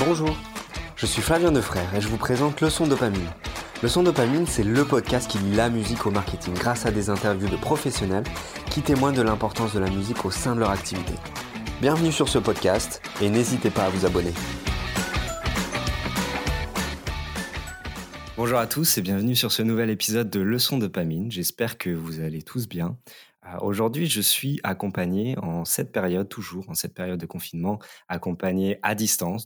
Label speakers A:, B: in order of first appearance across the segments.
A: Bonjour, je suis Flavien Defrère et je vous présente Leçon Dopamine. Leçon Dopamine, c'est le podcast qui lie la musique au marketing grâce à des interviews de professionnels qui témoignent de l'importance de la musique au sein de leur activité. Bienvenue sur ce podcast et n'hésitez pas à vous abonner. Bonjour à tous et bienvenue sur ce nouvel épisode de Leçon Dopamine. J'espère que vous allez tous bien. Aujourd'hui, je suis accompagné en cette période de confinement, accompagné à distance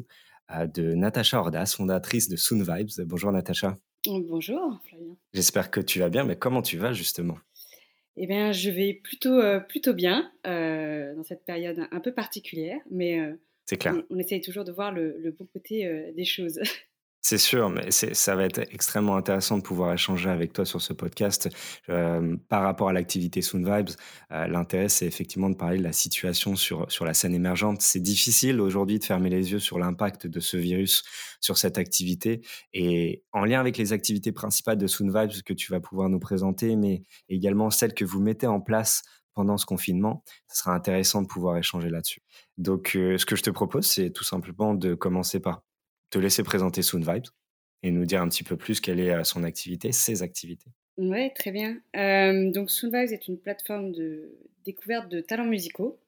A: de Natacha Ordas, fondatrice de Soon Vibes. Bonjour Natacha.
B: Bonjour Flavien.
A: J'espère que tu vas bien, mais comment tu vas justement ?
B: Eh bien, je vais plutôt bien dans cette période un peu particulière, mais
A: C'est clair.
B: on essaye toujours de voir le bon côté des choses.
A: C'est sûr, mais ça va être extrêmement intéressant de pouvoir échanger avec toi sur ce podcast. Par rapport à l'activité Soon Vibes, l'intérêt, c'est effectivement de parler de la situation sur la scène émergente. C'est difficile aujourd'hui de fermer les yeux sur l'impact de ce virus sur cette activité. Et en lien avec les activités principales de Soon Vibes que tu vas pouvoir nous présenter, mais également celles que vous mettez en place pendant ce confinement, ce sera intéressant de pouvoir échanger là-dessus. Donc, ce que je te propose, c'est tout simplement de commencer par te laisser présenter Soon Vibes et nous dire un petit peu plus quelle est son activité, ses activités.
B: Ouais, très bien. Donc Soon Vibes est une plateforme de découverte de talents musicaux.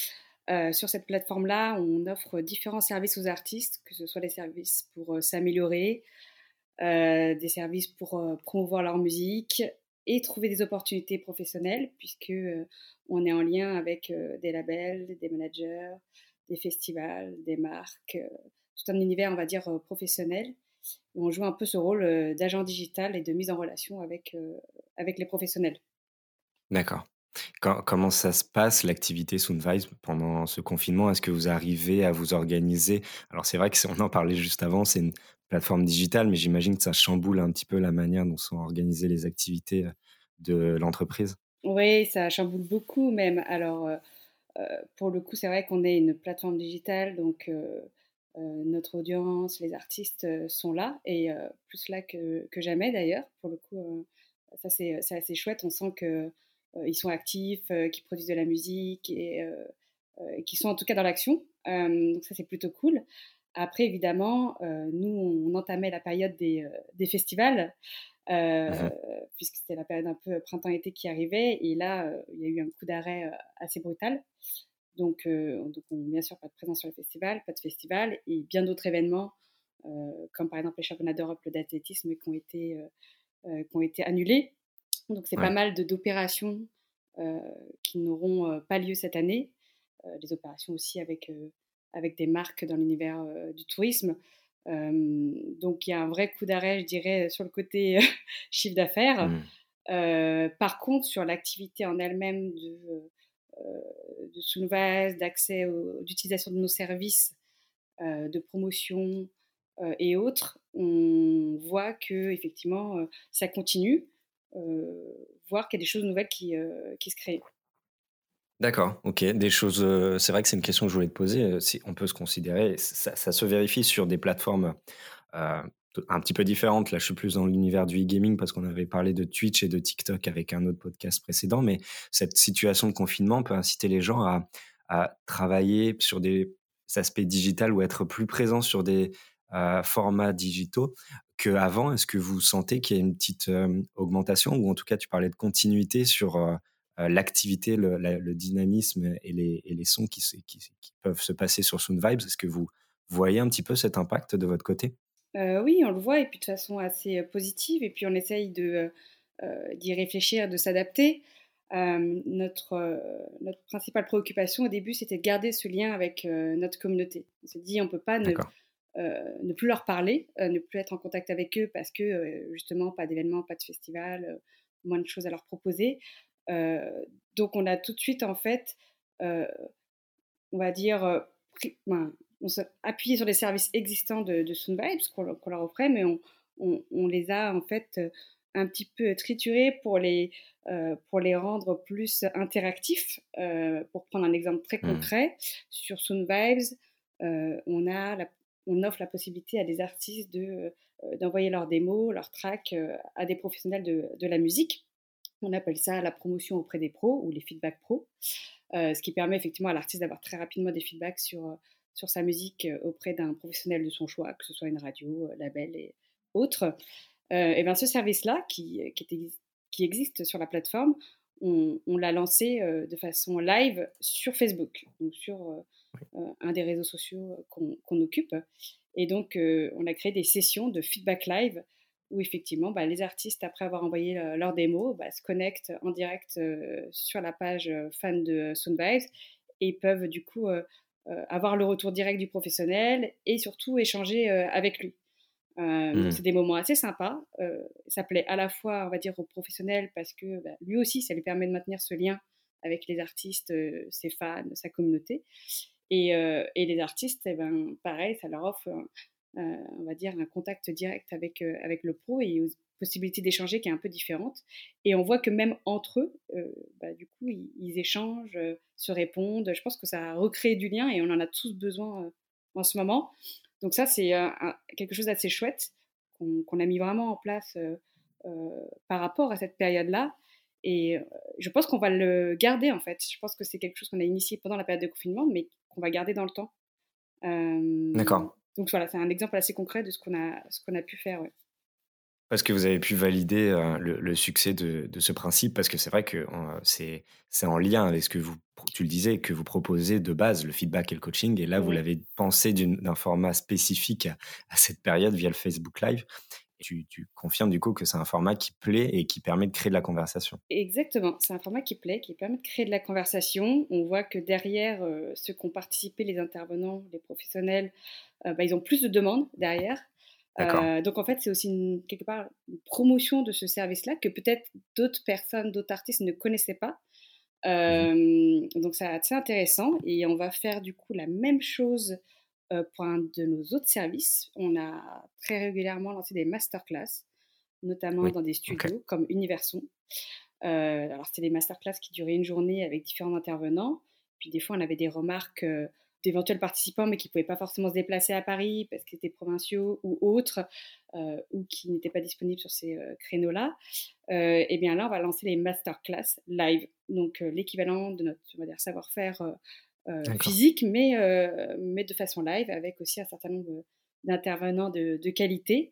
B: Sur cette plateforme-là, on offre différents services aux artistes, que ce soit des services pour s'améliorer, des services pour promouvoir leur musique et trouver des opportunités professionnelles, puisque on est en lien avec des labels, des managers, des festivals, des marques, tout un univers, on va dire, professionnel. Et on joue un peu ce rôle d'agent digital et de mise en relation avec les professionnels.
A: D'accord. Comment ça se passe, l'activité Soon Vibes, pendant ce confinement? Est-ce que vous arrivez à vous organiser? Alors c'est vrai on en parlait juste avant, c'est une plateforme digitale, mais j'imagine que ça chamboule un petit peu la manière dont sont organisées les activités de l'entreprise.
B: Oui, ça chamboule beaucoup même. Alors, pour le coup, c'est vrai qu'on est une plateforme digitale, donc notre audience, les artistes sont là, et plus là que jamais d'ailleurs. Pour le coup, ça c'est assez chouette. On sent que ils sont actifs, qu'ils produisent de la musique et qu'ils sont en tout cas dans l'action. Donc ça, c'est plutôt cool. Après, évidemment, nous, on entamait la période des festivals,
A: Mmh.
B: puisque c'était la période un peu printemps-été qui arrivait. Et là, il y a eu un coup d'arrêt assez brutal. Donc bien sûr, pas de présence sur le festival, pas de festival, et bien d'autres événements, comme par exemple les championnats d'Europe d'athlétisme qui ont été annulés. Donc c'est pas
A: Ouais.
B: mal d'opérations euh, qui n'auront pas lieu cette année. Des opérations aussi avec des marques dans l'univers du tourisme. Donc il y a un vrai coup d'arrêt, je dirais, sur le côté chiffre d'affaires.
A: Mmh.
B: Par contre, sur l'activité en elle-même de Soonvibes, d'utilisation de nos services, de promotion et autres, on voit que effectivement ça continue, voire qu'il y a des choses nouvelles qui se créent.
A: D'accord, OK. Des choses, c'est vrai que c'est une question que je voulais te poser, si on peut se considérer ça se vérifie sur des plateformes, heu, un petit peu différentes. Là, je suis plus dans l'univers du e-gaming parce qu'on avait parlé de Twitch et de TikTok avec un autre podcast précédent, mais cette situation de confinement peut inciter les gens à travailler sur des aspects digitaux ou être plus présents sur des, formats digitaux qu'avant. Est-ce que vous sentez qu'il y a une petite, augmentation ou en tout cas tu parlais de continuité sur, l'activité, le dynamisme et les sons qui peuvent se passer sur Soon Vibes? Est-ce que vous voyez un petit peu cet impact de votre côté?
B: Oui, on le voit, et puis de façon assez positive, et puis on essaye d'y réfléchir, de s'adapter. Notre principale préoccupation au début, c'était de garder ce lien avec notre communauté. On s'est dit: «On ne peut pas
A: D'accord.
B: ne plus leur parler, ne plus être en contact avec eux parce que, justement, pas d'événements, pas de festival, moins de choses à leur proposer». Heu, donc on a tout de suite, en fait, heu, on va dire, on s'est appuyé sur les services existants de Soon Vibes qu'on leur offrait, mais on les a, en fait, un petit peu triturés pour les rendre plus interactifs. Pour prendre un exemple très
A: Mmh.
B: concret, sur Soon Vibes, on offre la possibilité à des artistes d'envoyer leurs démos, leurs tracks, à des professionnels de la musique. On appelle ça la promotion auprès des pros ou les feedbacks pros, ce qui permet effectivement à l'artiste d'avoir très rapidement des feedbacks sur sa musique auprès d'un professionnel de son choix, que ce soit une radio, label et autres, et bien ce service-là qui existe sur la plateforme, on l'a lancé de façon live sur Facebook, donc sur un des réseaux sociaux qu'on occupe. Et donc, on a créé des sessions de feedback live où effectivement, les artistes, après avoir envoyé leur démo, se connectent en direct sur la page fan de Soundvibes et peuvent du coup avoir le retour direct du professionnel et surtout échanger avec lui. Donc
A: Mmh.
B: c'est des moments assez sympas. Ça plaît à la fois, on va dire, aux professionnels parce que lui aussi, ça lui permet de maintenir ce lien avec les artistes, ses fans, sa communauté. Et les artistes, eh ben, pareil, ça leur offre, on va dire, un contact direct avec le pro et une possibilité d'échanger qui est un peu différente. Et on voit que même entre eux, du coup, ils échangent, se répondent. Je pense que ça recrée du lien et on en a tous besoin en ce moment. Donc ça, c'est quelque chose d'assez chouette qu'on a mis vraiment en place par rapport à cette période-là. Et je pense qu'on va le garder en fait. Je pense que c'est quelque chose qu'on a initié pendant la période de confinement, mais qu'on va garder dans le temps.
A: D'accord.
B: Donc voilà, c'est un exemple assez concret de ce qu'on a pu faire. Ouais.
A: Parce que vous avez pu valider, le succès de ce principe, parce que c'est vrai que, c'est en lien avec ce que tu le disais, que vous proposez de base, le feedback et le coaching et là, vous
B: Ouais.
A: l'avez pensé d'un format spécifique à cette période via le Facebook Live. Tu confirmes du coup que c'est un format qui plaît et qui permet de créer de la conversation?
B: Exactement, c'est un format qui plaît, qui permet de créer de la conversation. On voit que derrière ceux qui ont participé, les intervenants, les professionnels, ils ont plus de demandes derrière.
A: D'accord.
B: Donc en fait, c'est aussi quelque part une promotion de ce service-là que peut-être d'autres personnes, d'autres artistes ne connaissaient pas.
A: Mmh.
B: Donc c'est assez intéressant et on va faire du coup la même chose pour un de nos autres services. On a très régulièrement lancé des masterclass, notamment
A: Oui.
B: dans des
A: OK.
B: studios comme Universon. Alors c'était des masterclass qui duraient une journée avec différents intervenants. Puis des fois, on avait des remarques d'éventuels participants, mais qui ne pouvaient pas forcément se déplacer à Paris parce qu'ils étaient provinciaux ou autres, ou qui n'étaient pas disponibles sur ces créneaux-là. Et bien là, on va lancer les masterclass live, donc l'équivalent de notre, on va dire, savoir-faire
A: D'accord.
B: physique, mais de façon live, avec aussi un certain nombre d'intervenants de qualité.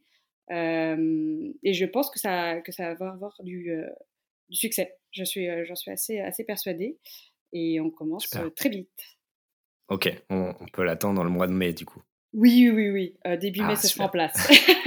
B: Et je pense que ça va avoir du succès. J'en suis assez persuadée et on commence
A: Super.
B: très vite.
A: OK, on peut l'attendre dans le mois de mai du coup?
B: Oui, oui, oui, début mai,
A: Ah
B: ce sera en
A: super.
B: place.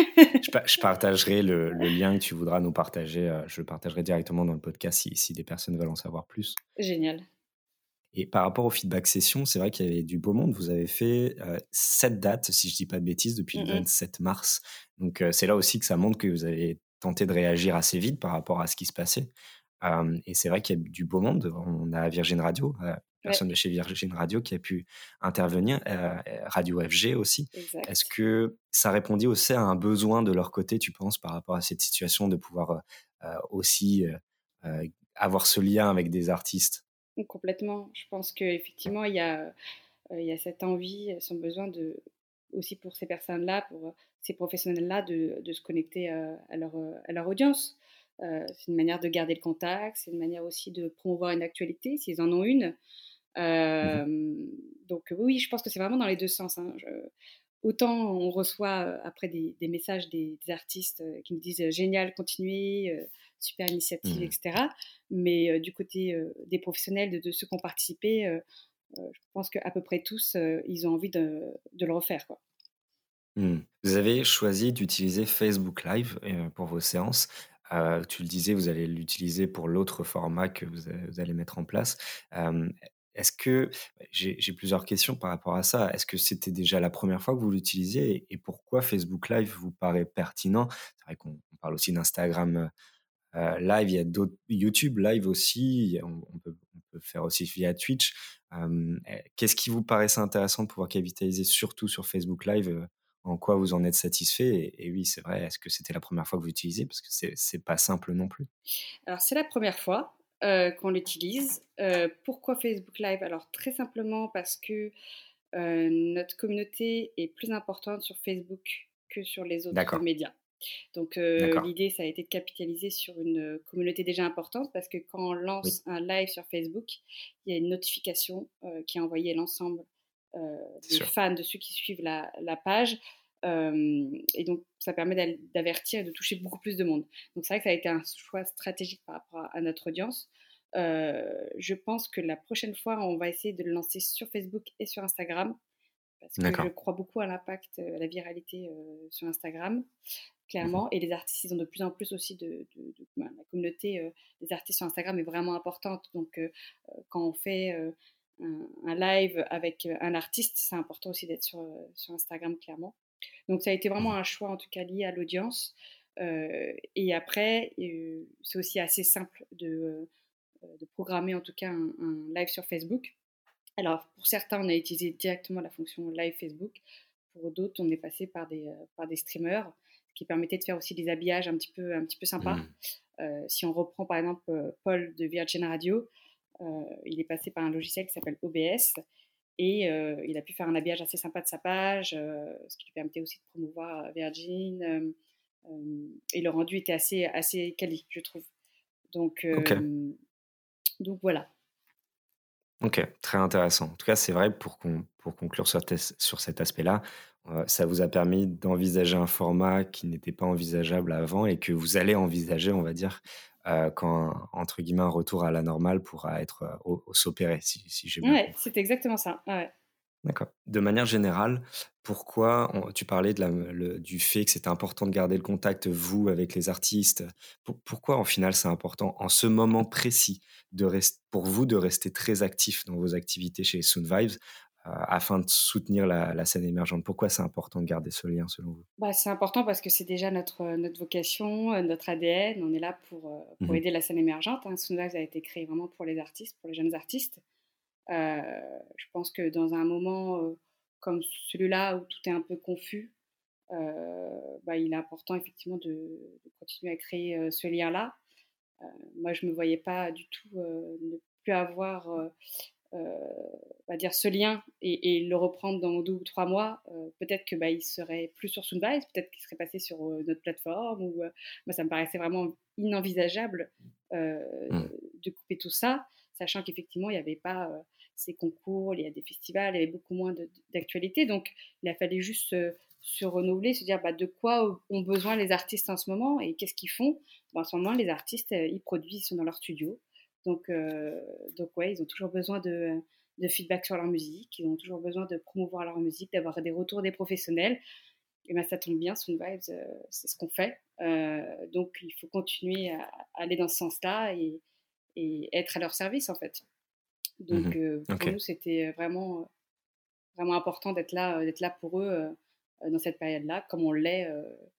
A: Je partagerai le lien que tu voudras nous partager, je le partagerai directement dans le podcast si des personnes veulent en savoir plus.
B: Génial.
A: Et par rapport aux feedback sessions, c'est vrai qu'il y avait du beau monde. Vous avez fait, 7 dates, si je dis pas de bêtises, depuis le
B: Mmh mh.
A: 27 mars. Donc, c'est là aussi que ça montre que vous avez tenté de réagir assez vite par rapport à ce qui se passait. Et c'est vrai qu'il y a du beau monde. On a Virgin Radio,
B: Ouais,
A: personne de chez Virgin Radio qui a pu intervenir, Radio FG aussi. Est-ce
B: exact.
A: que ça répondit aussi à un besoin de leur côté, tu penses, par rapport à cette situation de pouvoir, aussi, avoir ce lien avec des artistes?
B: Complètement. Je pense qu'effectivement, il y a cette envie, son besoin de aussi pour ces personnes-là, pour, ces professionnels-là de se connecter, à leur audience. C'est une manière de garder le contact, c'est une manière aussi de promouvoir une actualité, s'ils en ont une.
A: Mmh.
B: Hem, donc oui, je pense que c'est vraiment dans les 2 sens, hein. Autant on reçoit, après des messages des artistes, qui nous disent: «Génial, continuez, super initiative» et
A: Mmh.
B: cetera. Mais du côté, des professionnels, de ceux qui ont participé, je pense qu'à peu près tous, ils ont envie de le refaire, quoi.
A: Mmh. Vous avez choisi d'utiliser Facebook Live, pour vos séances. Tu le disais, vous allez l'utiliser pour l'autre format que vous allez mettre en place. Est-ce que j'ai plusieurs questions par rapport à ça. Est-ce que c'était déjà la première fois que vous l'utilisiez et pourquoi Facebook Live vous paraît pertinent? C'est vrai qu'on parle aussi d'Instagram, live, il y a d'autres YouTube live aussi, il y a on peut faire aussi via Twitch. Qu'est-ce qui vous paraissait intéressant de pouvoir capitaliser surtout sur Facebook Live, en quoi vous en êtes satisfait? Et oui, c'est vrai, est-ce que c'était la première fois que vous l'utilisiez? Parce que c'est pas simple non plus.
B: Alors c'est la première fois, qu'on l'utilise. Pourquoi Facebook Live? Alors très simplement parce que, notre communauté est plus importante sur Facebook que sur les autres
A: D'accord,
B: médias. Donc
A: d'accord.
B: l'idée, ça a été de capitaliser sur une, communauté déjà importante parce que quand on
A: Oui.
B: lance un live sur Facebook, il y a une notification, qui est envoyée à l'ensemble,
A: c'est
B: des
A: sûr.
B: fans, de ceux qui suivent la page. Et donc, ça permet d'avertir et de toucher beaucoup plus de monde. Donc, c'est vrai que ça a été un choix stratégique par rapport à notre audience. Je pense que la prochaine fois, on va essayer de le lancer sur Facebook et sur Instagram parce que je
A: D'accord.
B: crois beaucoup à l'impact, à la viralité sur Instagram,
A: Mmh.
B: clairement. Et les artistes, ils ont de plus en plus aussi la communauté des artistes sur Instagram est vraiment importante. Donc, quand on fait un live avec un artiste, c'est important aussi d'être sur Instagram, clairement. Donc ça a été vraiment
A: Mmh.
B: un choix en tout cas lié à l'audience. Et après, c'est aussi assez simple de programmer en tout cas un live sur Facebook. Alors pour certains, on a utilisé directement la fonction live Facebook. Pour d'autres, on est passé par des streamers, ce qui permettait de faire aussi des habillages un petit peu sympas.
A: Mmh.
B: Si on reprend par exemple Paul de Virgin Radio, il est passé par un logiciel qui s'appelle OBS et il a pu faire un habillage assez sympa de sa page, ce qui lui permettait aussi de promouvoir Virgin. Et le rendu était assez quali, je trouve. Donc,
A: OK.
B: euh, donc voilà.
A: OK, très intéressant. En tout cas, c'est vrai pour conclure sur cet aspect-là, ça vous a permis d'envisager un format qui n'était pas envisageable avant et que vous allez envisager, on va dire, quand, entre guillemets, «un retour à la normale» pourra être, s'opérer, si j'ai bien
B: Ouais,
A: compris.
B: c'est exactement ça. Ouais, ouais.
A: D'accord. De manière générale, pourquoi tu parlais du fait que c'était important de garder le contact, vous, avec les artistes. Pourquoi, en final, c'est important, en ce moment précis, pour vous, de rester très actif dans vos activités chez Soon Vibes, afin de soutenir la scène émergente? Pourquoi c'est important de garder ce lien, selon vous?
B: Bah, c'est important parce que c'est déjà notre vocation, notre ADN. On est là pour
A: Mmh.
B: aider la scène émergente, hein. Soundwave a été créé vraiment pour les artistes, pour les jeunes artistes. Heu, je pense que dans un moment, comme celui-là où tout est un peu confus, bah, il est important effectivement de continuer à créer, ce lien-là. Moi, je me voyais pas du tout, ne plus avoir, on va dire ce lien et le reprendre dans 2 ou 3 mois. Peut-être que, bah, il serait plus sur Soonvibes, peut-être qu'il serait passé sur, notre plateforme ou, moi ça me paraissait vraiment inenvisageable, heu,
A: Mmh.
B: de couper tout ça, sachant qu'effectivement il y avait pas, ces concours, il y a des festivals, il y avait beaucoup moins d'actualité. Donc il a fallu juste se renouveler, se dire: «Bah, de quoi ont besoin les artistes en ce moment et qu'est-ce qu'ils font?» Bah, en ce moment les artistes, ils produisent, ils sont dans leur studio. Donc, heu, donc ouais, ils ont toujours besoin de feedback sur leur musique, ils ont toujours besoin de promouvoir leur musique, d'avoir des retours des professionnels. Et ben ça tombe bien, Sound Vibes, c'est ce qu'on fait. Donc il faut continuer à aller dans ce sens-là et être à leur service en fait. Donc
A: Mmh.
B: pour
A: OK.
B: nous, c'était vraiment important d'être là pour eux dans cette période-là, comme on l'est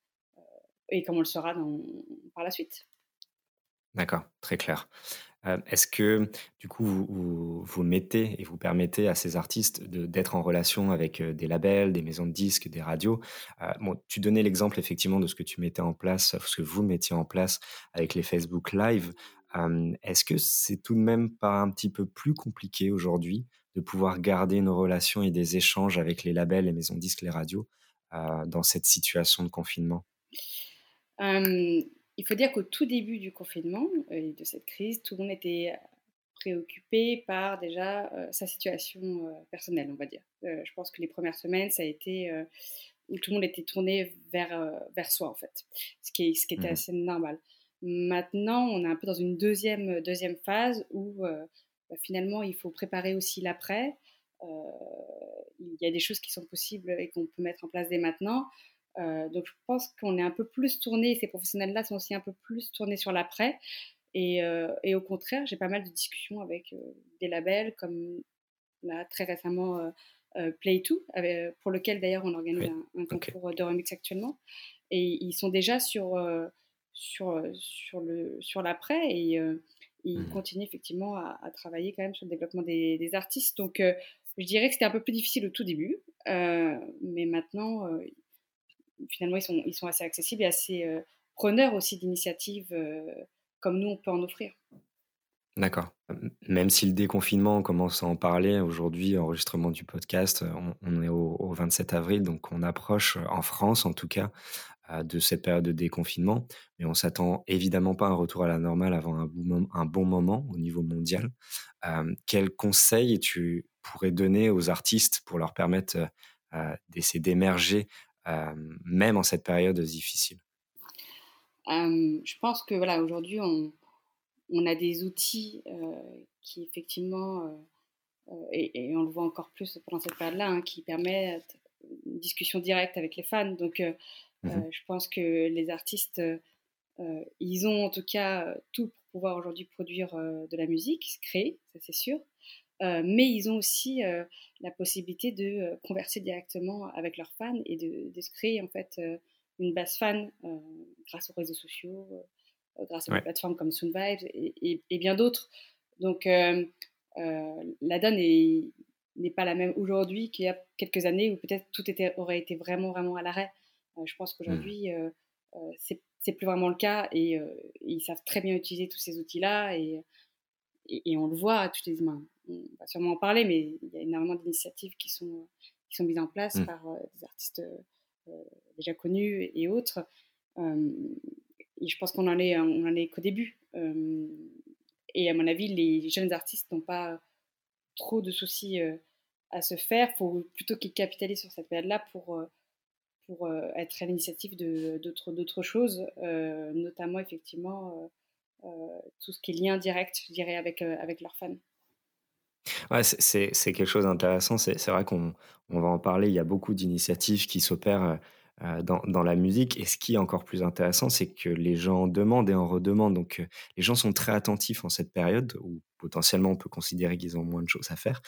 B: et comme on le sera par la suite.
A: D'accord, très clair. Est-ce que, du coup, vous mettez et vous permettez à ces artistes d'être en relation avec, des labels, des maisons de disques, des radios? Bon, tu donnais l'exemple effectivement de ce que tu mettais en place, ce que vous mettiez en place avec les Facebook Live. Est-ce que c'est tout de même pas un petit peu plus compliqué aujourd'hui de pouvoir garder une relation et des échanges avec les labels, les maisons de disques, les radios, dans cette situation de confinement?
B: Hem, il faut dire qu'au tout début du confinement et de cette crise, tout le monde était préoccupé par déjà, sa situation, personnelle, on va dire. Je pense que les premières semaines, ça a été, où tout le monde était tourné vers soi, en fait, ce qui était
A: Mmh.
B: assez normal. Maintenant, on est un peu dans une deuxième phase où, bah, finalement, il faut préparer aussi l'après. Heu, il y a des choses qui sont possibles et qu'on peut mettre en place dès maintenant. Donc je pense qu'on est un peu plus tourné, ces professionnels-là sont aussi un peu plus tournés sur l'après et au contraire, j'ai pas mal de discussions avec, des labels comme là, très récemment, Play2 pour lequel d'ailleurs on organise
A: Oui.
B: un
A: OK.
B: concours de remix actuellement et ils sont déjà sur l'après et ils
A: Mmh.
B: continuent effectivement à travailler quand même sur le développement des artistes. Donc je dirais que c'était un peu plus difficile au tout début, mais maintenant, finalement ils sont assez accessibles et assez, preneurs aussi d'initiatives, comme nous on peut en offrir.
A: D'accord. Même si le déconfinement, on commence à en parler aujourd'hui, enregistrement du podcast, on est au 27 avril, donc on approche, en France en tout cas, de cette période de déconfinement. Mais on s'attend évidemment pas à un retour à la normale avant un bon moment au niveau mondial. Quels conseils tu pourrais donner aux artistes pour leur permettre, d'essayer d'émerger, même en cette période difficile?
B: Je pense que voilà, aujourd'hui, on a des outils, qui effectivement, et on le voit encore plus pendant cette période-là, hein, qui permettent une discussion directe avec les fans. Donc,
A: Mmh.
B: je pense que les artistes, ils ont en tout cas tout pour pouvoir aujourd'hui produire de la musique, se créer, ça c'est sûr. Mais ils ont aussi la possibilité de converser directement avec leurs fans et de se créer en fait une base fan grâce aux réseaux sociaux, grâce à des
A: Ouais,
B: plateformes comme Soonvibes et bien d'autres. Donc la donne n'est pas la même aujourd'hui qu'il y a quelques années où peut-être aurait été vraiment, vraiment à l'arrêt. Je pense
A: mmh,
B: qu'aujourd'hui, c'est plus vraiment le cas et ils savent très bien utiliser tous ces outils-là et on le voit, toutes les mains. On va sûrement en parler, mais il y a énormément d'initiatives qui sont mises en place
A: mmh.
B: par des artistes déjà connus et autres. Euh, et je pense on en est qu'au début. Et à mon avis, les jeunes artistes n'ont pas trop de soucis à se faire. Il faut plutôt qu'ils capitalisent sur cette période-là pour être à l'initiative d'autres choses, notamment effectivement tout ce qui est lien direct, je dirais, avec leurs fans.
A: Ouais, c'est quelque chose d'intéressant. C'est vrai qu'on va en parler. Il y a beaucoup d'initiatives qui s'opèrent, dans la musique et ce qui est encore plus intéressant, c'est que les gens demandent et en redemandent. Donc, les gens sont très attentifs en cette période où potentiellement on peut considérer qu'ils ont moins de choses à faire,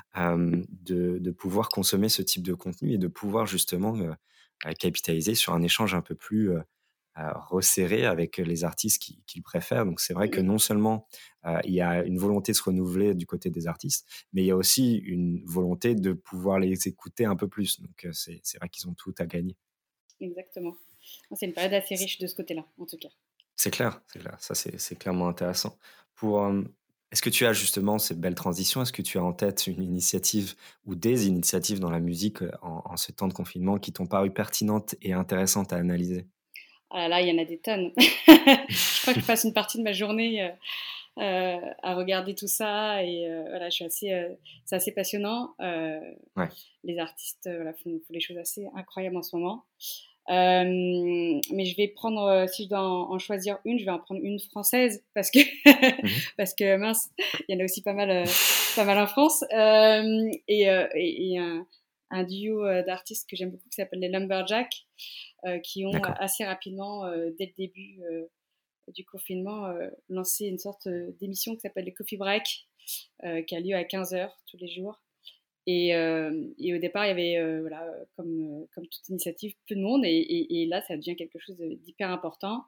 A: de pouvoir consommer ce type de contenu et de pouvoir justement, capitaliser sur un échange un peu plus, resserré avec les artistes qu'ils préfèrent. Donc c'est vrai que
B: Mm,
A: non seulement, il y a une volonté de se renouveler du côté des artistes, mais il y a aussi une volonté de pouvoir les écouter un peu plus. Donc c'est vrai qu'ils ont tout à gagner.
B: exactement. C'est une période assez riche de ce côté-là, en tout cas.
A: C'est clair, c'est clair. Ça, c'est clairement intéressant. Pour, est-ce que tu as justement cette belle transition, est-ce que tu as en tête une initiative ou des initiatives dans la musique, en ce temps de confinement qui t'ont paru pertinentes et intéressantes à analyser?
B: Ah là là, il y en a des tonnes. Je crois que je passe une partie de ma journée à regarder tout ça et voilà, c'est assez passionnant.
A: Ouais,
B: Les artistes voilà, font des choses assez incroyables en ce moment. Mais je vais prendre, si je dois en choisir une, je vais en prendre une française parce que,
A: mmh.
B: parce que mince, il y en a aussi pas mal en France. Et un duo d'artistes que j'aime beaucoup qui s'appelle les Lumberjacks, qui ont
A: D'accord.
B: assez rapidement, dès le début du confinement, lancé une sorte d'émission qui s'appelle les Coffee Break, qui a lieu à 15 heures tous les jours. Et au départ, il y avait, voilà, comme toute initiative, peu de monde. Et là, ça devient quelque chose d'hyper important.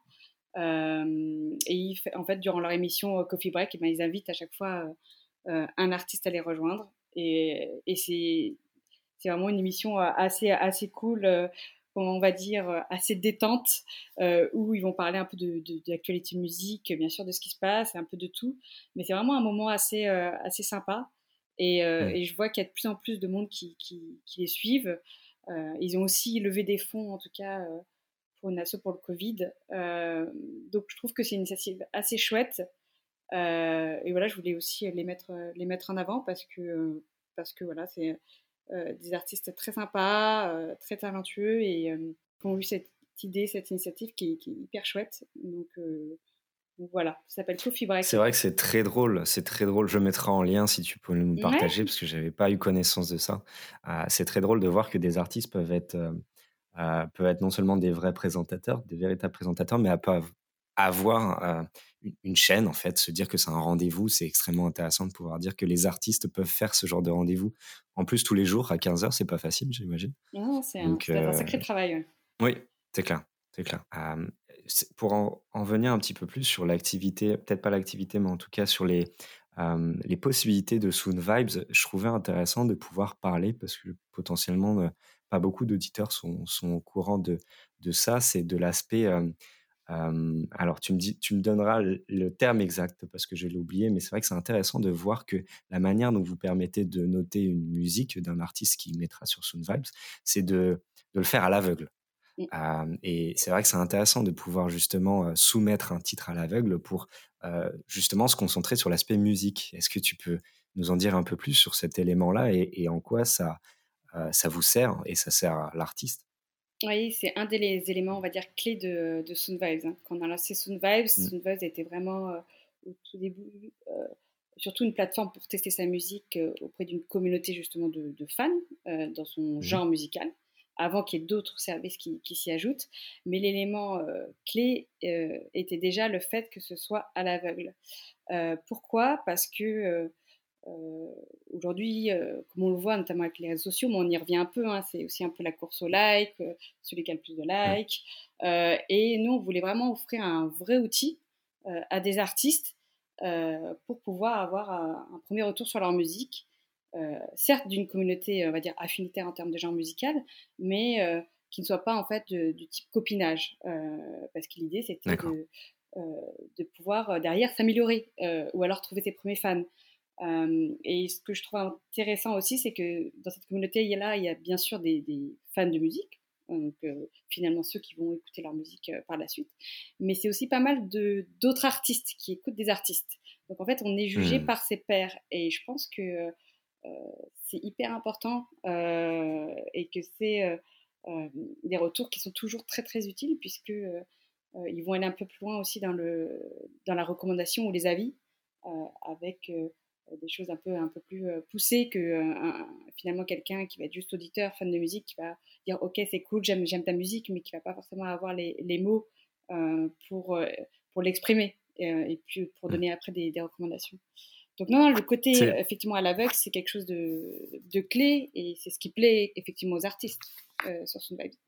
B: En fait, durant leur émission Coffee Break, eh ben, ils invitent à chaque fois un artiste à les rejoindre. Et c'est vraiment une émission assez cool, comment on va dire, assez détente, où ils vont parler un peu de l'actualité musique, bien sûr, de ce qui se passe, un peu de tout. Mais c'est vraiment un moment assez sympa.
A: Mmh.
B: Et je vois qu'il y a de plus en plus de monde qui les suivent. Ils ont aussi levé des fonds, en tout cas, pour une asso pour le Covid. Donc je trouve que c'est une initiative assez chouette. Et voilà, je voulais aussi les mettre en avant parce que voilà, c'est des artistes très sympas, très talentueux et qui ont eu cette idée, cette initiative qui est hyper chouette. Donc voilà, ça s'appelle Coffee
A: C'est
B: Break.
A: vrai que c'est très drôle. Je mettrai en lien si tu peux nous le
B: Ouais,
A: partager parce que j'avais pas eu connaissance de ça. C'est très drôle de voir que des artistes peuvent être non seulement des vrais présentateurs, des véritables présentateurs, mais peuvent avoir, une chaîne en fait, se dire que c'est un rendez-vous. C'est extrêmement intéressant de pouvoir dire que les artistes peuvent faire ce genre de rendez-vous. En plus tous les jours à 15 heures, c'est pas facile, j'imagine.
B: non,
A: Donc
B: ça doit être un sacré travail. Ouais.
A: oui, c'est clair, c'est clair. C'est pour en venir un petit peu plus sur l'activité, peut-être pas l'activité, mais en tout cas sur les possibilités de Soon Vibes, je trouvais intéressant de pouvoir parler parce que potentiellement, pas beaucoup d'auditeurs sont au courant de ça. C'est de l'aspect, alors tu me donneras le terme exact parce que je l'ai oublié, mais c'est vrai que c'est intéressant de voir que la manière dont vous permettez de noter une musique d'un artiste qui mettra sur Soon Vibes, c'est de le faire à l'aveugle.
B: Mm.
A: Et c'est vrai que c'est intéressant de pouvoir justement, soumettre un titre à l'aveugle pour, justement se concentrer sur l'aspect musique. Est-ce que tu peux nous en dire un peu plus sur cet élément-là et en quoi ça vous sert et ça sert à l'artiste?
B: Oui, c'est un des les éléments, on va dire, clés de Sound Vibes, hein. Quand on a lancé
A: Mmh.
B: Sound Vibes était vraiment, au tout début, surtout une plateforme pour tester sa musique, auprès d'une communauté justement de fans, dans son
A: Mmh.
B: genre musical, avant qu'il y ait d'autres services qui s'y ajoutent. Mais l'élément, clé, était déjà le fait que ce soit à l'aveugle. Pourquoi? Parce que, aujourd'hui, comme on le voit notamment avec les réseaux sociaux, mais on y revient un peu, hein, c'est aussi un peu la course aux likes, celui qui a le plus de
A: Mmh.
B: likes. Et nous, on voulait vraiment offrir un vrai outil à des artistes pour pouvoir avoir un premier retour sur leur musique. Certes, d'une communauté, on va dire, affinitaire en termes de genre musical, mais qui ne soit pas en fait du type copinage. Parce que l'idée, c'était
A: D'accord.
B: euh, de pouvoir derrière s'améliorer ou alors trouver ses premiers fans. Et ce que je trouve intéressant aussi, c'est que dans cette communauté, il y a bien sûr des fans de musique, donc finalement ceux qui vont écouter leur musique par la suite, mais c'est aussi pas mal d'autres artistes qui écoutent des artistes. Donc en fait, on est jugé
A: Mmh.
B: par ses pairs, et je pense que c'est hyper important et que c'est des retours qui sont toujours très très utiles puisque ils vont aller un peu plus loin aussi dans la recommandation ou les avis avec des choses un peu plus poussées que finalement quelqu'un qui va être juste auditeur, fan de musique, qui va dire ok c'est cool, j'aime ta musique, mais qui va pas forcément avoir les mots euh, pour, euh, pour l'exprimer et puis pour
A: Mmh.
B: donner après des recommandations. Donc non, le côté
A: C'est
B: effectivement à l'aveugle, c'est quelque chose de clé et c'est ce qui plaît effectivement aux artistes sur son vibe.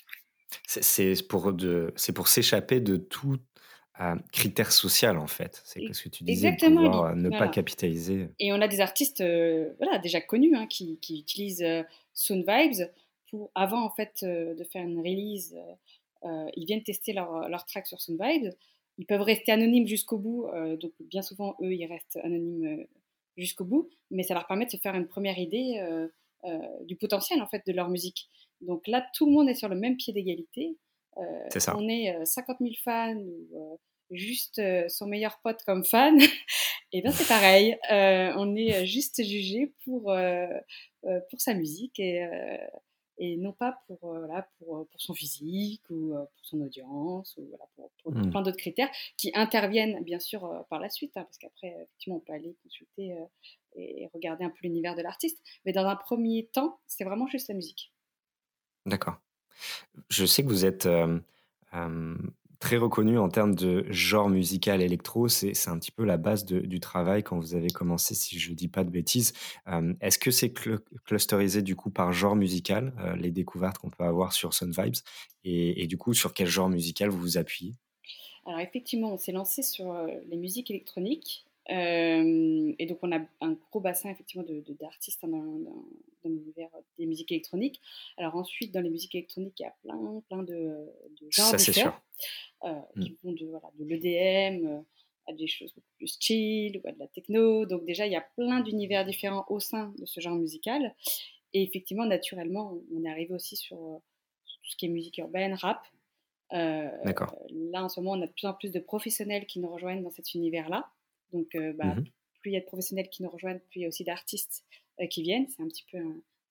A: c'est pour s'échapper de tout, critère social, en fait. C'est que ce que tu disais, de
B: Exactement,
A: pouvoir, ne pas
B: voilà.
A: capitaliser.
B: Et on a des artistes voilà, déjà connus hein, qui utilisent Sound Vibes pour, avant en fait de faire une release, ils viennent tester leur track sur Sound Vibes. Ils peuvent rester anonymes jusqu'au bout, donc bien souvent eux ils restent anonymes jusqu'au bout, mais ça leur permet de se faire une première idée du potentiel en fait de leur musique. Donc là tout le monde est sur le même pied d'égalité.
A: C'est ça.
B: Qu'on ait 50 000 fans ou juste son meilleur pote comme fan, et bien c'est pareil, on est juste jugé pour sa musique et non pas pour, voilà, pour son physique ou pour son audience ou voilà, pour
A: Mmh.
B: plein d'autres critères qui interviennent bien sûr par la suite, hein, parce qu'après, effectivement, on peut aller consulter et regarder un peu l'univers de l'artiste. Mais dans un premier temps, c'est vraiment juste la musique.
A: D'accord. Je sais que vous êtes, très reconnu en termes de genre musical électro. C'est un petit peu la base du travail quand vous avez commencé, si je ne dis pas de bêtises. Est-ce que c'est clusterisé du coup par genre musical, les découvertes qu'on peut avoir sur Sun Vibes? Et du coup, sur quel genre musical vous vous appuyez?
B: Alors effectivement, on s'est lancé sur les musiques électroniques. Et donc on a un gros bassin effectivement d'artistes hein, dans l'univers des musiques électroniques. Alors ensuite, dans les musiques électroniques, il y a plein de genres
A: Ça, c'est
B: différents
A: sûr. Mmh.
B: qui vont voilà, de l'EDM à des choses beaucoup plus chill ou à de la techno. Donc déjà, il y a plein d'univers différents au sein de ce genre musical. Et effectivement, naturellement, on est arrivé aussi sur tout ce qui est musique urbaine, rap. Euh,
A: D'accord.
B: Là, en ce moment, on a de plus en plus de professionnels qui nous rejoignent dans cet univers-là. Donc,
A: Mmh.
B: plus il y a de professionnels qui nous rejoignent, plus il y a aussi d'artistes qui viennent. C'est un petit peu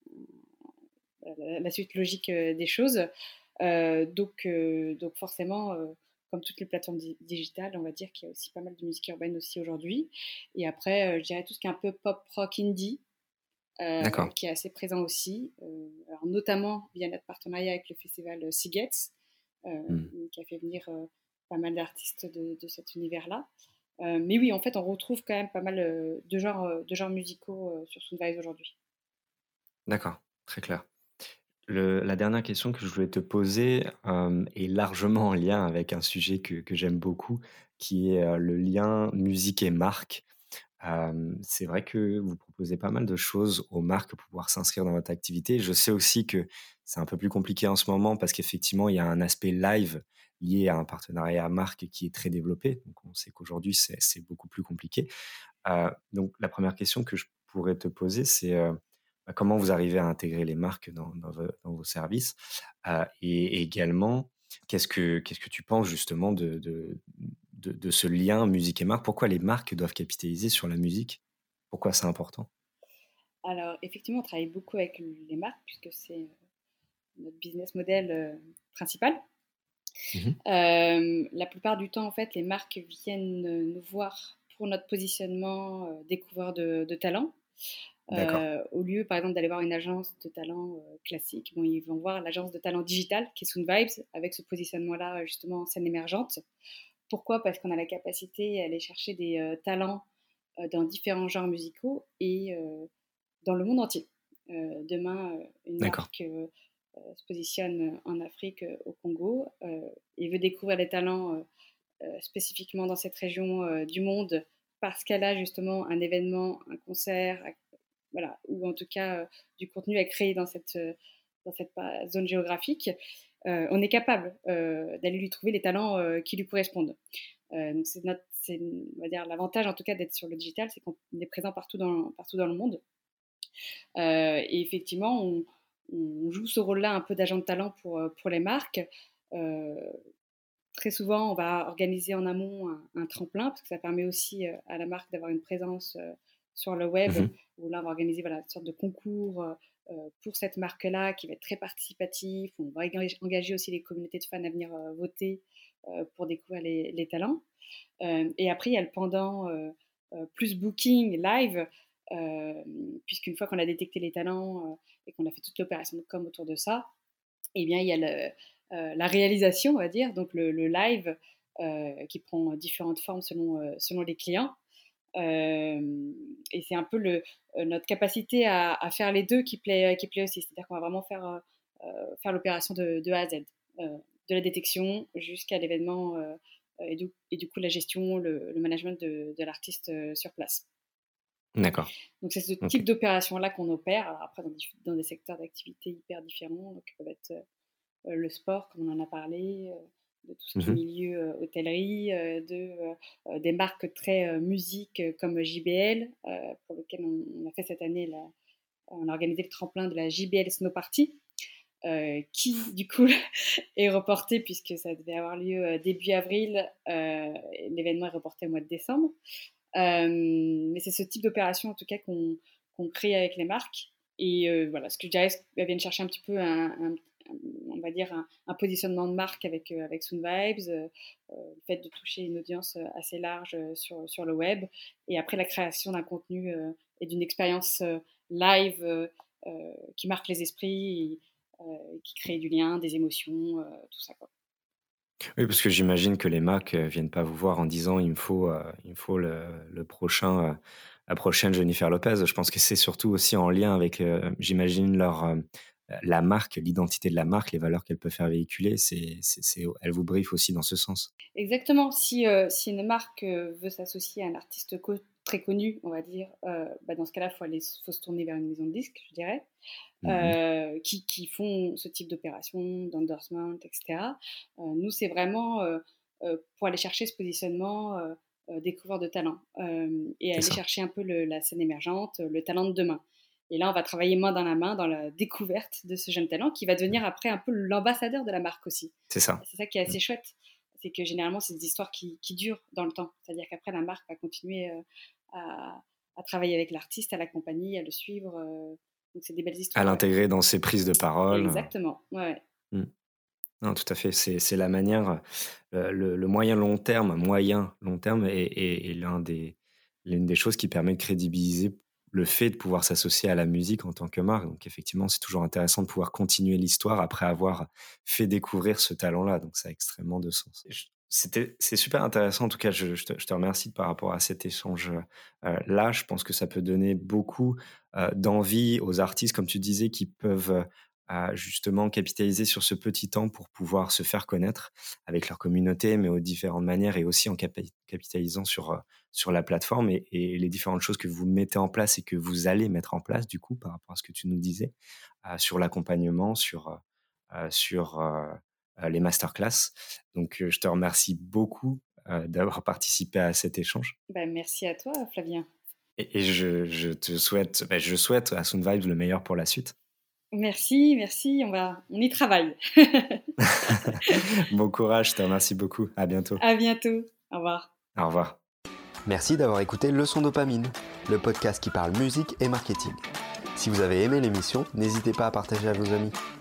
B: la suite logique des choses. Donc forcément, comme toutes les plateformes digitales, on va dire qu'il y a aussi pas mal de musique urbaine aussi aujourd'hui. Et après, je dirais tout ce qui est un peu pop rock indie,
A: D'accord.
B: qui est assez présent aussi, alors notamment via notre partenariat avec le festival Seagate,
A: Mmh.
B: qui a fait venir pas mal d'artistes de cet univers-là. Mais oui, en fait, on retrouve quand même pas mal de genres musicaux sur Soundvibe aujourd'hui.
A: D'accord, très clair. La dernière question que je voulais te poser, est largement en lien avec un sujet que j'aime beaucoup, qui est, le lien musique et marque. C'est vrai que vous proposez pas mal de choses aux marques pour pouvoir s'inscrire dans votre activité. Je sais aussi que c'est un peu plus compliqué en ce moment parce qu'effectivement, il y a un aspect live lié à un partenariat marque qui est très développé. Donc on sait qu'aujourd'hui, c'est beaucoup plus compliqué. Donc la première question que je pourrais te poser, c'est, comment vous arrivez à intégrer les marques dans vos services? Et également, qu'est-ce que tu penses justement de ce lien musique et marque? Pourquoi les marques doivent capitaliser sur la musique? Pourquoi c'est important?
B: Alors effectivement, on travaille beaucoup avec les marques puisque c'est, notre business model, principal.
A: Mmh.
B: La plupart du temps, en fait, les marques viennent, nous voir pour notre positionnement, découvreur de talent.
A: D'accord.
B: Au lieu, par exemple, d'aller voir une agence de talent, classique, bon, ils vont voir l'agence de talent digital qui est Soon Vibes avec ce positionnement-là, justement en scène émergente. Pourquoi? Parce qu'on a la capacité à aller chercher des, talents, dans différents genres musicaux et dans le monde entier. Demain, une
A: D'accord.
B: marque, se positionne en Afrique, au Congo, et veut découvrir les talents, spécifiquement dans cette région, du monde parce qu'elle a justement un événement, un concert, voilà, ou en tout cas, du contenu à créer dans cette zone géographique, on est capable, d'aller lui trouver les talents, qui lui correspondent. Donc c'est, on va dire, l'avantage en tout cas d'être sur le digital, c'est qu'on est présent partout dans le monde. Et effectivement, on joue ce rôle-là un peu d'agent de talent pour les marques. Heu, Très souvent, on va organiser en amont un tremplin parce que ça permet aussi, à la marque d'avoir une présence, sur le web
A: Mmh.
B: où là, on va organiser, voilà, une sorte de concours, pour cette marque-là qui va être très participatif. On va engager aussi les communautés de fans à venir, voter, pour découvrir les talents. Et après, il y a le pendant, plus booking, live, puisqu'une fois qu'on a détecté les talents, et qu'on a fait toute l'opération de com autour de ça, eh bien, il y a la réalisation, on va dire, donc le live, qui prend différentes formes selon les clients. Et c'est un peu notre capacité à faire les 2 qui plaît aussi. C'est-à-dire qu'on va vraiment faire l'opération de A à Z, de la détection jusqu'à l'événement, et du coup la gestion, le management de l'artiste, sur place.
A: D'accord.
B: Donc c'est ce
A: OK.
B: type d'opération-là qu'on opère. Alors après dans des secteurs d'activité hyper différents, donc qui peuvent être, le sport comme on en a parlé, de tout ce qui est
A: Mmh.
B: milieu, hôtellerie, des marques très, musique, comme JBL, pour lequel on a fait cette année on a organisé le tremplin de la JBL Snow Party, qui du coup est reporté puisque ça devait avoir lieu, début avril, et l'événement est reporté au mois de décembre. Mais c'est ce type d'opération en tout cas qu'on crée avec les marques et voilà, ce que je dirais, c'est qu'elles viennent chercher un petit peu on va dire un positionnement de marque avec Soon Vibes, le fait de toucher une audience, assez large, sur le web et après la création d'un contenu, et d'une expérience, live, qui marque les esprits et qui crée du lien, des émotions, tout ça, quoi.
A: Oui, parce que j'imagine que les marques, viennent pas vous voir en disant: il me faut le prochain, la prochaine Jennifer Lopez». Je pense que c'est surtout aussi en lien avec, j'imagine la marque, l'identité de la marque, les valeurs qu'elle peut faire véhiculer. C'est elle vous brief aussi dans ce sens.
B: Exactement. Si une marque, veut s'associer à un artiste très connu, on va dire, bah, dans ce cas-là, faut se tourner vers une maison de disques, je dirais,
A: Mmh.
B: qui font ce type d'opération, d'endorsement et cetera. Nous, c'est vraiment, pour aller chercher ce positionnement, découvreur de talent, et
A: C'est
B: aller
A: ça,
B: chercher un peu la scène émergente, le talent de demain. Et là, on va travailler main dans la main dans la découverte de ce jeune talent qui va devenir après un peu l'ambassadeur de la marque aussi.
A: c'est ça.
B: C'est ça qui est
A: Mmh.
B: assez chouette, c'est que généralement, c'est des histoires qui durent dans le temps. C'est-à-dire qu'après, la marque va continuer, à travailler avec l'artiste, à l'accompagner, à le suivre, donc c'est des belles
A: À
B: histoires, ouais.
A: l'intégrer dans ses prises de parole.
B: Exactement, ouais, ouais.
A: Mmh. Non, tout à fait. C'est la manière, le moyen long terme est l'une des choses qui permet de crédibiliser le fait de pouvoir s'associer à la musique en tant que marque. Donc effectivement, c'est toujours intéressant de pouvoir continuer l'histoire après avoir fait découvrir ce talent-là. Donc ça a extrêmement de sens. C'est super intéressant. En tout cas, je te remercie par rapport à cet échange, là. Je pense que ça peut donner beaucoup, d'envie aux artistes, comme tu disais, qui peuvent, à justement capitaliser sur ce petit temps pour pouvoir se faire connaître avec leur communauté, mais aux différentes manières et aussi en capitalisant sur la plateforme et les différentes choses que vous mettez en place et que vous allez mettre en place du coup par rapport à ce que tu nous disais, sur l'accompagnement, sur les masterclass. Donc, je te remercie beaucoup, d'avoir participé à cet échange
B: Bah, merci à toi, Flavien.
A: et je te souhaite, je souhaite à Sound Vibes le meilleur pour la suite.
B: Merci, merci, on y travaille.
A: Bon courage, je te remercie beaucoup. À bientôt.
B: À bientôt. Au revoir.
A: Au revoir.
C: Merci d'avoir écouté Leçon Dopamine, le podcast qui parle musique et marketing. Si vous avez aimé l'émission, n'hésitez pas à partager à vos amis.